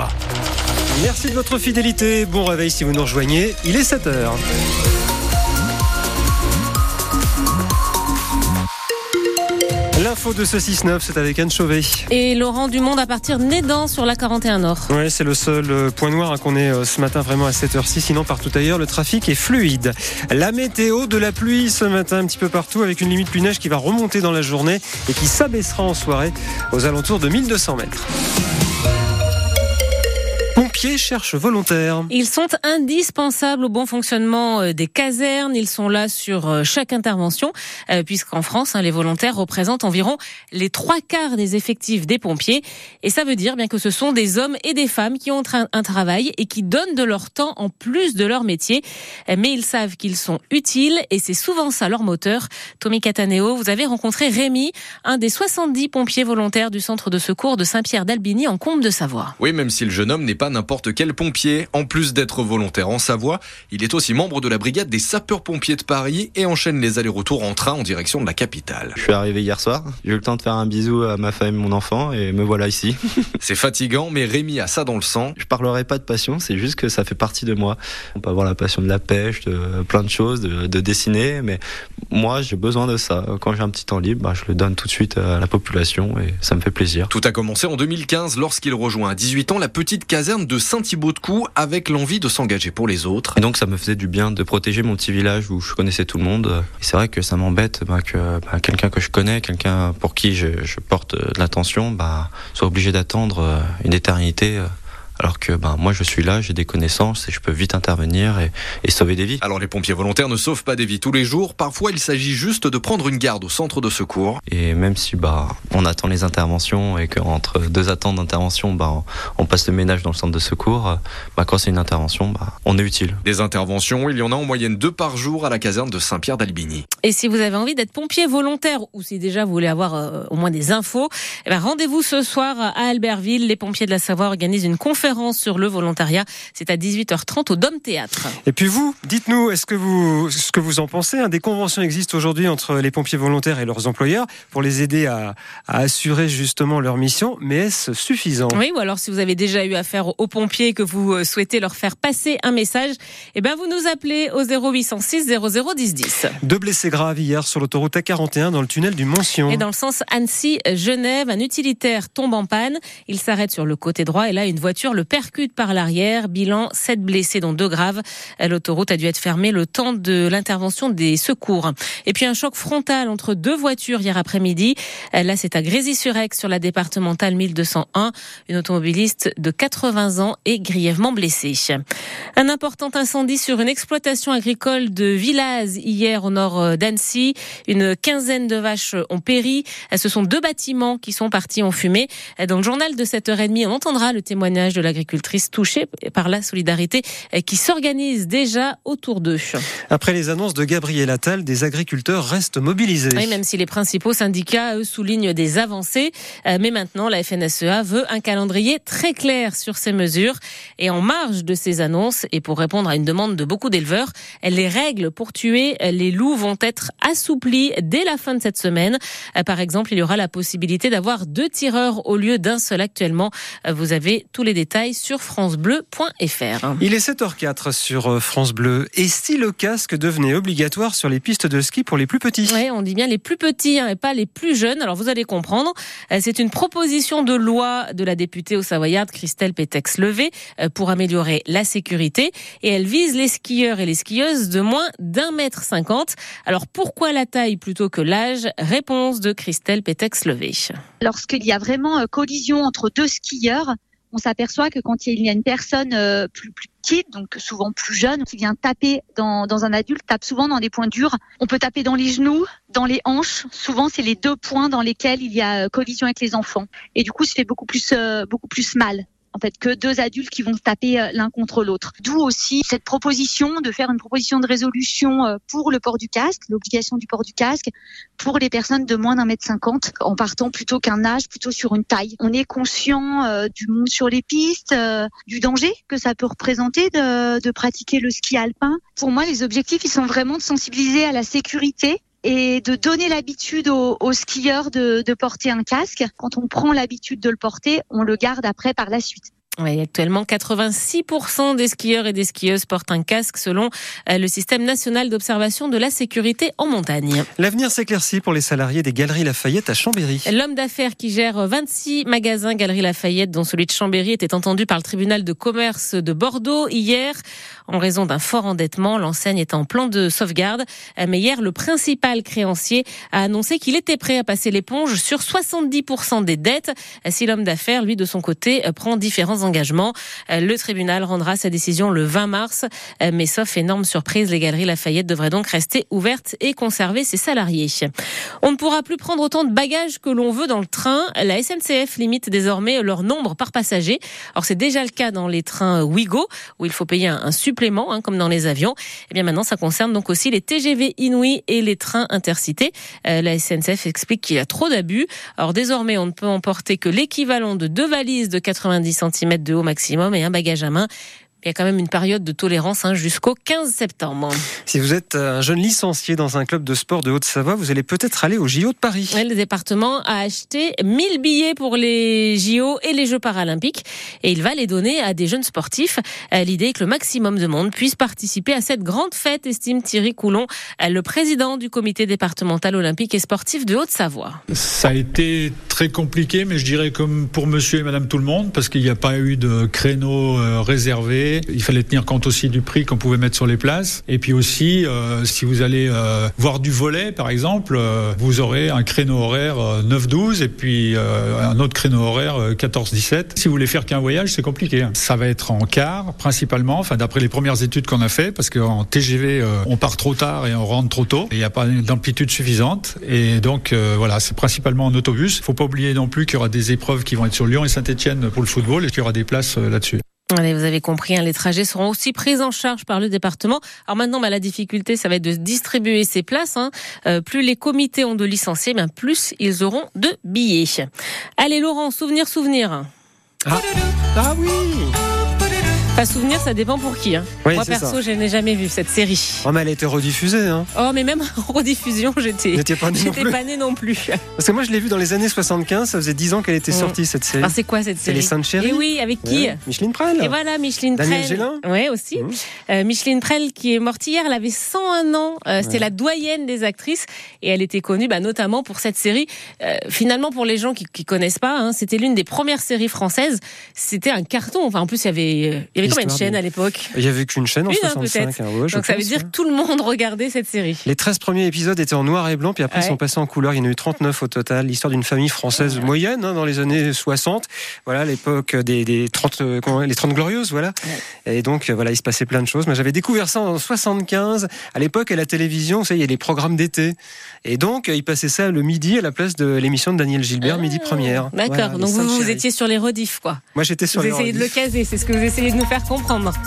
toi. Merci de votre fidélité. Bon réveil si vous nous rejoignez. Il est 7h. L'info de ce 6-9, c'est avec Anne Chauvet. Et Laurent Dumonde à partir de Nédan sur la 41 Nord. Oui, c'est le seul point noir qu'on ait ce matin vraiment à 7h06. Sinon, partout ailleurs, le trafic est fluide. La météo de la pluie ce matin un petit peu partout avec une limite pluie-neige qui va remonter dans la journée et qui s'abaissera en soirée aux alentours de 1200 mètres. Pompiers cherchent volontaires. Ils sont indispensables au bon fonctionnement des casernes. Ils sont là sur chaque intervention, puisqu'en France, les volontaires représentent environ les 3/4 des effectifs des pompiers. Et ça veut dire bien que ce sont des hommes et des femmes qui ont un travail et qui donnent de leur temps en plus de leur métier. Mais ils savent qu'ils sont utiles et c'est souvent ça leur moteur. Tommy Cataneo, vous avez rencontré Rémi, un des 70 pompiers volontaires du centre de secours de Saint-Pierre d'Albigny en Combe de Savoie. Oui, même si le jeune homme n'est pas n'importe quel pompier, en plus d'être volontaire en Savoie, il est aussi membre de la brigade des sapeurs-pompiers de Paris et enchaîne les allers-retours en train en direction de la capitale. Je suis arrivé hier soir, j'ai eu le temps de faire un bisou à ma femme et mon enfant et me voilà ici. C'est fatigant, mais Rémi a ça dans le sang. Je parlerai pas de passion, c'est juste que ça fait partie de moi. On peut avoir la passion de la pêche, de plein de choses, de dessiner, mais moi j'ai besoin de ça. Quand j'ai un petit temps libre, je le donne tout de suite à la population et ça me fait plaisir. Tout a commencé en 2015 lorsqu'il rejoint à 18 ans la petite caserne de Saint-Thibaud-de-Caux avec l'envie de s'engager pour les autres. Et donc ça me faisait du bien de protéger mon petit village où je connaissais tout le monde. Et c'est vrai que ça m'embête que quelqu'un que je connais, quelqu'un pour qui je porte de l'attention, soit obligé d'attendre une éternité. Alors que moi je suis là, j'ai des connaissances et je peux vite intervenir et sauver des vies. Alors les pompiers volontaires ne sauvent pas des vies tous les jours, parfois il s'agit juste de prendre une garde au centre de secours. Et même si on attend les interventions et qu'entre deux attentes d'intervention on passe le ménage dans le centre de secours, quand c'est une intervention on est utile. Des interventions, il y en a en moyenne 2 par jour à la caserne de Saint-Pierre d'Albigny. Et si vous avez envie d'être pompier volontaire ou si déjà vous voulez avoir au moins des infos, rendez-vous ce soir à Albertville. Les pompiers de la Savoie organisent une conférence sur le volontariat. C'est à 18h30 au Dôme Théâtre. Et puis vous, dites-nous, ce que vous en pensez. Des conventions existent aujourd'hui entre les pompiers volontaires et leurs employeurs pour les aider à assurer justement leur mission. Mais est-ce suffisant ? Oui, ou alors si vous avez déjà eu affaire aux pompiers et que vous souhaitez leur faire passer un message, vous nous appelez au 0806 00 10 10. 2 blessés graves hier sur l'autoroute A41 dans le tunnel du Mont-Sion. Et dans le sens Annecy-Genève, un utilitaire tombe en panne. Il s'arrête sur le côté droit et là, une voiture le percute par l'arrière. Bilan, 7 blessés, dont 2 graves. L'autoroute a dû être fermée le temps de l'intervention des secours. Et puis un choc frontal entre 2 voitures hier après-midi. Là, c'est à Grésy-sur-Aix, sur la départementale 1201. Une automobiliste de 80 ans est grièvement blessée. Un important incendie sur une exploitation agricole de Villaz hier au nord d'Annecy. Une quinzaine de vaches ont péri. Ce sont 2 bâtiments qui sont partis en fumée. Dans le journal de 7h30, on entendra le témoignage de l'agricultrice touchée par la solidarité qui s'organise déjà autour d'eux. Après les annonces de Gabriel Attal, des agriculteurs restent mobilisés. Oui, même si les principaux syndicats, eux, soulignent des avancées. Mais maintenant, la FNSEA veut un calendrier très clair sur ces mesures. Et en marge de ces annonces, et pour répondre à une demande de beaucoup d'éleveurs, les règles pour tuer les loups vont être assouplies dès la fin de cette semaine. Par exemple, il y aura la possibilité d'avoir 2 tireurs au lieu d'un seul actuellement. Vous avez tous les détails sur francebleu.fr. Il est 7h04 sur France Bleu. Et si le casque devenait obligatoire sur les pistes de ski pour les plus petits ? Oui, on dit bien les plus petits et pas les plus jeunes. Alors vous allez comprendre, c'est une proposition de loi de la députée au Savoyarde Christelle Pétex-Levé pour améliorer la sécurité. Et elle vise les skieurs et les skieuses de moins d'1,50 m. Alors pourquoi la taille plutôt que l'âge ? Réponse de Christelle Pétex-Levé. Lorsqu'il y a vraiment collision entre 2 skieurs, on s'aperçoit que quand il y a une personne plus petite, donc souvent plus jeune, qui vient taper dans un adulte, tape souvent dans des points durs. On peut taper dans les genoux, dans les hanches. Souvent, c'est les 2 points dans lesquels il y a collision avec les enfants. Et du coup, ça fait beaucoup plus mal. En fait, que 2 adultes qui vont se taper l'un contre l'autre. D'où aussi cette proposition de faire une proposition de résolution pour le port du casque, l'obligation du port du casque pour les personnes de moins d'1,50 m, en partant plutôt qu'un âge, plutôt sur une taille. On est conscient du monde sur les pistes, du danger que ça peut représenter de pratiquer le ski alpin. Pour moi, les objectifs, ils sont vraiment de sensibiliser à la sécurité et de donner l'habitude aux skieurs de porter un casque. Quand on prend l'habitude de le porter, on le garde après par la suite. Oui, actuellement, 86% des skieurs et des skieuses portent un casque selon le système national d'observation de la sécurité en montagne. L'avenir s'éclaircit pour les salariés des Galeries Lafayette à Chambéry. L'homme d'affaires qui gère 26 magasins Galeries Lafayette, dont celui de Chambéry, était entendu par le tribunal de commerce de Bordeaux hier. En raison d'un fort endettement, l'enseigne est en plan de sauvegarde. Mais hier, le principal créancier a annoncé qu'il était prêt à passer l'éponge sur 70% des dettes. Si l'homme d'affaires, lui, de son côté, prend différents engagements. Le tribunal rendra sa décision le 20 mars. Mais sauf énorme surprise, les Galeries Lafayette devraient donc rester ouvertes et conserver ses salariés. On ne pourra plus prendre autant de bagages que l'on veut dans le train. La SNCF limite désormais leur nombre par passager. Alors c'est déjà le cas dans les trains Ouigo, où il faut payer un supplément, comme dans les avions. Et bien maintenant, ça concerne donc aussi les TGV Inouï et les trains intercités. La SNCF explique qu'il y a trop d'abus. Alors désormais, on ne peut emporter que l'équivalent de 2 valises de 90 cm de haut maximum et un bagage à main. Il y a quand même une période de tolérance jusqu'au 15 septembre. Si vous êtes un jeune licencié dans un club de sport de Haute-Savoie, vous allez peut-être aller aux JO de Paris. Le département a acheté 1000 billets pour les JO et les Jeux paralympiques et il va les donner à des jeunes sportifs. L'idée est que le maximum de monde puisse participer à cette grande fête, estime Thierry Coulon, le président du comité départemental olympique et sportif de Haute-Savoie. Ça a été très compliqué, mais je dirais comme pour monsieur et madame tout le monde, parce qu'il n'y a pas eu de créneau réservé. Il fallait tenir compte aussi du prix qu'on pouvait mettre sur les places. Et puis aussi, si vous allez voir du volley, par exemple, vous aurez un créneau horaire 9-12 et puis un autre créneau horaire 14-17. Si vous voulez faire qu'un voyage, c'est compliqué. Ça va être en car, principalement, enfin d'après les premières études qu'on a fait, parce qu'en TGV, on part trop tard et on rentre trop tôt. Il n'y a pas d'amplitude suffisante. Et donc, voilà, c'est principalement en autobus. Il ne faut pas oublier non plus qu'il y aura des épreuves qui vont être sur Lyon et Saint-Etienne pour le football et qu'il y aura des places là-dessus. Allez, vous avez compris, les trajets seront aussi pris en charge par le département. Alors maintenant, la difficulté, ça va être de distribuer ces places. Plus les comités ont de licenciés, plus ils auront de billets. Allez, Laurent, souvenir. Ah oui. Pas souvenir, ça dépend pour qui. Oui, moi, perso, je n'ai jamais vu cette série. Oh, mais elle a été rediffusée. Oh, mais même en rediffusion, j'étais pas née non plus. Parce que moi, je l'ai vue dans les années 75. Ça faisait 10 ans qu'elle était sortie, cette série. Alors, c'est quoi cette série? C'est Les Saintes Chéries. Et oui, avec qui? Micheline Prel. Et voilà, Micheline Prel. Daniel Gélin. Oui, aussi. Micheline Prel, qui est morte hier, elle avait 101 ans. C'était la doyenne des actrices. Et elle était connue notamment pour cette série. Finalement, pour les gens qui connaissent pas, c'était l'une des premières séries françaises. C'était un carton. Enfin, en plus, il y avait combien de chaînes à l'époque? Il n'y avait qu'une chaîne en 65. Donc ça veut dire que tout le monde regardait cette série. Les 13 premiers épisodes étaient en noir et blanc, puis après ils sont passés en couleur. Il y en a eu 39 au total. L'histoire d'une famille française moyenne dans les années 60. Voilà, l'époque des 30, les 30 glorieuses, voilà. Et donc il se passait plein de choses. Moi j'avais découvert ça en 75. À l'époque, à la télévision, vous savez, il y a les programmes d'été. Et donc il passait ça le midi à la place de l'émission de Daniel Gilbert, midi première. D'accord. Voilà, donc vous étiez sur les rediffs, quoi. Moi j'étais sur les rediffs. Vous essayez de le caser, c'est ce que vous essayez de nous faire comprendre.